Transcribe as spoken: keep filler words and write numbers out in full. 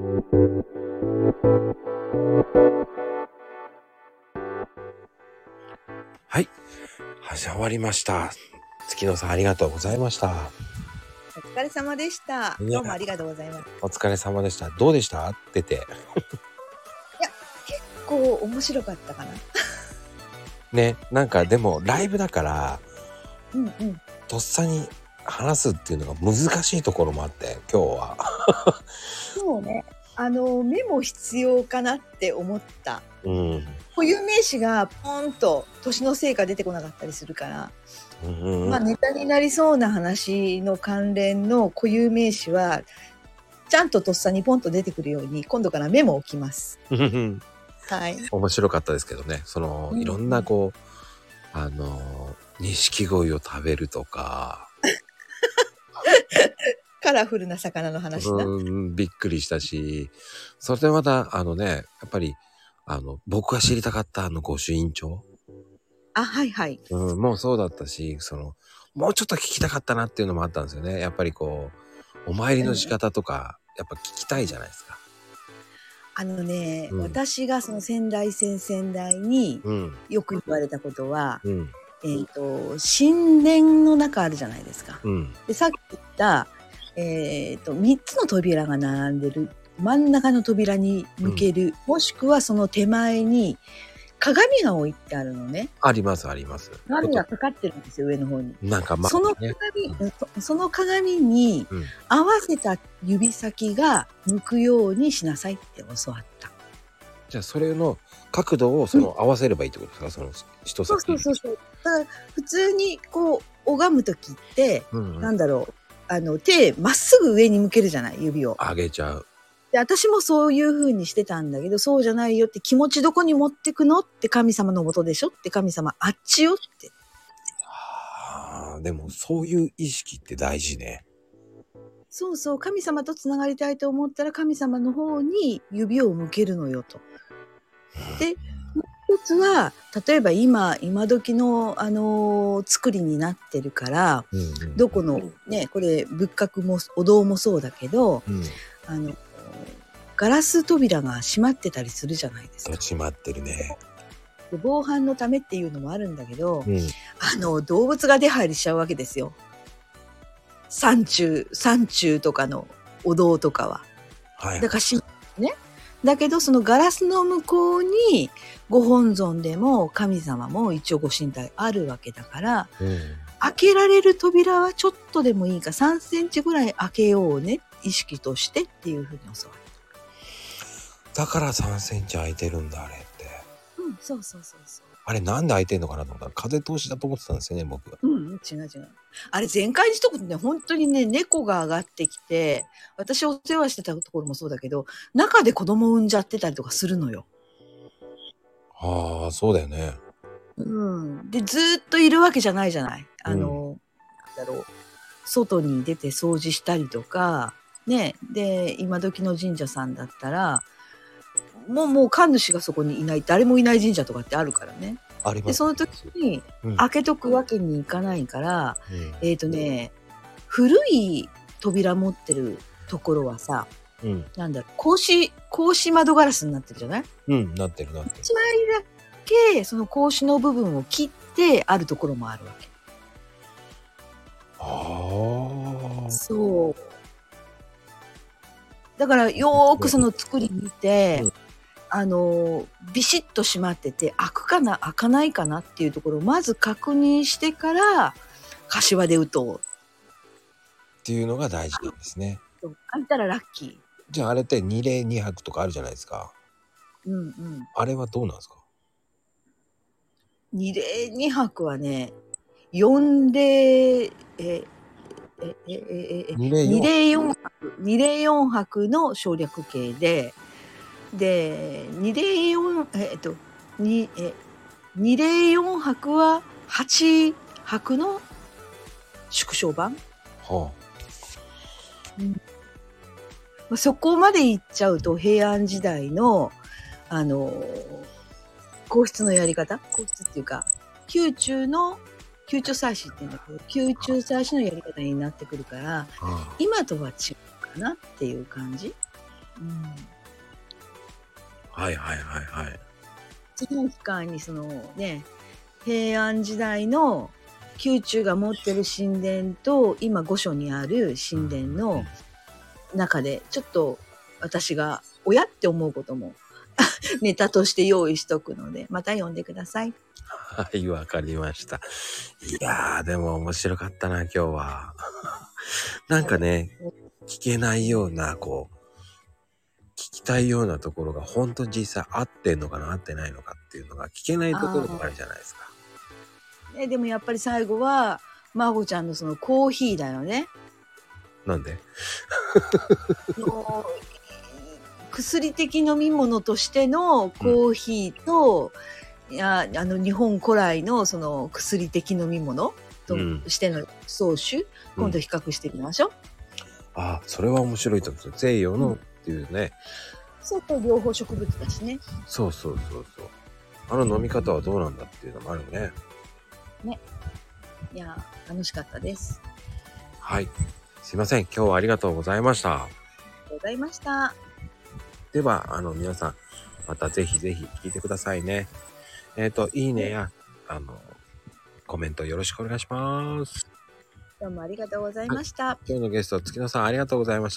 はい。始まりました。月野さんありがとうございました。 お疲れ様でした。どうもありがとうございます。 お疲れ様でした。どうでした出て。いや、 結構面白かったかな。 ね、なんかでもライブだから、 うんうん。 とっさに話すっていうのが難しいところもあって、今日は。 そうね。あの、メモ必要かなって思った。 うん。 固有名詞がポンと年のせいか出てこなかったりするから、うんうん、まあネタになりそうな話の関連の固有名詞は、ちゃんととっさにポンと出てくるように、今度からメモを置きます。はい。 面白かったですけどね。その、いろんなこう、うん、あの、錦鯉を食べるとか。 カラフルな魚の話な。 うん、びっくりしたし、それでまた、あのね、やっぱり、あの、僕が知りたかったあの御朱印帳。 あ、はいはい。 うん、もうそうだったし、その、もうちょっと聞きたかったなっていうのもあったんですよね。やっぱりこう、お参りの仕方とか、やっぱ聞きたいじゃないですか。 あのね、うん、私がその先代先々代によく言われたことは、うん、えっと、神殿の中あるじゃないですか。うん、で、さっき言った、えっと、みっつの扉が並んでる真ん中の扉に向ける、うん、もしくはその手前に鏡が置いてあるのね。 ありますあります。 鏡がかかってるんですよ、上の方に。 なんかまあ、ね、 その鏡、うん、そ, その鏡に合わせた指先が向くようにしなさいって教わった。 じゃあそれの角度をその合わせればいいってことですか、うん、その人先。 そうそうそう。だから普通にこう拝むときって、うんうん、なんだろう、あの手まっすぐ上に向けるじゃない、指を。 上げちゃう。 で、私もそういう風にしてたんだけど、そうじゃないよって、気持ちどこに持ってくのって神様のもとでしょって神様あっちよって。 はあ、でもそういう意識って大事ね。 そうそう、神様とつながりたいと思ったら神様の方に指を向けるのよと。で、一つは、例えば今、今時の、あのー、作りになってるから、うんうん、どこの、ね、これ仏閣もお堂もそうだけど、うん、あの、ガラス扉が閉まってたりするじゃないですか。 閉まってるね。 で、防犯のためっていうのもあるんだけど、うん、あの、動物が出入りしちゃうわけですよ。山中、山中とかのお堂とかは。はい。だから閉まってね。だけど、そのガラスの向こうに、ご本尊でも神様も一応ご神体あるわけだから、うん、開けられる扉はちょっとでもいいか、さんセンチぐらい開けようね、意識としてっていうふうに教わる。 だからさんセンチ開いてるんだ、あれって。 うん、そうそうそうそう。 あれなんで開いてんのかなと思ったら、風通しだと思ってたんですよね、僕は。 うん、違う違う。あれ全開にしとくとね、本当にね、猫が上がってきて、私お世話してたところもそうだけど、中で子供産んじゃってたりとかするのよ。 ああ、そうだよね。 うん。で、ずーっといるわけじゃないじゃない。あの、うん、なんだろう。外に出て掃除したりとか、ね。で、今時の神社さんだったら、もうもう神主がそこにいない、誰もいない神社とかってあるからね。 あります。 で、その時に開けとくわけにいかないから、うん、えっとね、古い扉持ってるところはさ、うん、なんだろう、格子、格子窓ガラスになってるじゃない？ うん、なってるなってる。 一枚だけ、その格子の部分を切ってあるところもあるわけ。 ああ。 そう。だからよーくその作り見て、うん、あのビシッと閉まってて開くかな開かないかなっていうところをまず確認してから柏で打とうっていうのが大事なんですね。 開いたらラッキー。 じゃああれって二礼二拍とかあるじゃないですか。 うんうん。 あれはどうなんですか？ 二礼二拍はね、四礼えええええ二礼四拍二礼四拍の省略形で。で、二礼四、えっと、二、え、二礼四拍は八拍の縮小版。はあ。うん。まあ、そこまで行っちゃうと平安時代の、あの、皇室のやり方皇室っていうか、宮中の、宮中祭祀って言うんだけど、宮中祭祀のやり方になってくるから、はあ、今とは違うかなっていう感じ。 うん、 はいはいはいはい。 その期間にそのね、平安時代の宮中が持ってる神殿と今御所にある神殿の中でちょっと私が親って思うこともネタとして用意しとくので、また読んでください。 はい、わかりました。いやー、でも面白かったな、今日は。なんかね、聞けないような、こう、聞きたいようなところが本当に実際合ってんのかな、合ってないのかっていうのが聞けないところもあるじゃないですか。 ね、でもやっぱり最後は、まほちゃんのそのコーヒーだよね。 なんでの薬的飲み物としてのコーヒーと、うん、いやあの日本古来のその薬的飲み物としての総種、うん、今度比較してみましょう。 ああ、それは面白いと思うんですよ。西洋のっていうね。 うん、そうと両方植物だしね。 そうそうそうそう。あの飲み方はどうなんだっていうのもあるね。 ね。いや、楽しかったです。 はい。すいません。今日はありがとうございました。 ありがとうございました。 では、あの、皆さん、またぜひぜひ聞いてくださいね。えっと、いいねや、あの、コメントよろしくお願いします。 どうもありがとうございました。はい、 今日のゲスト、月野さんありがとうございました。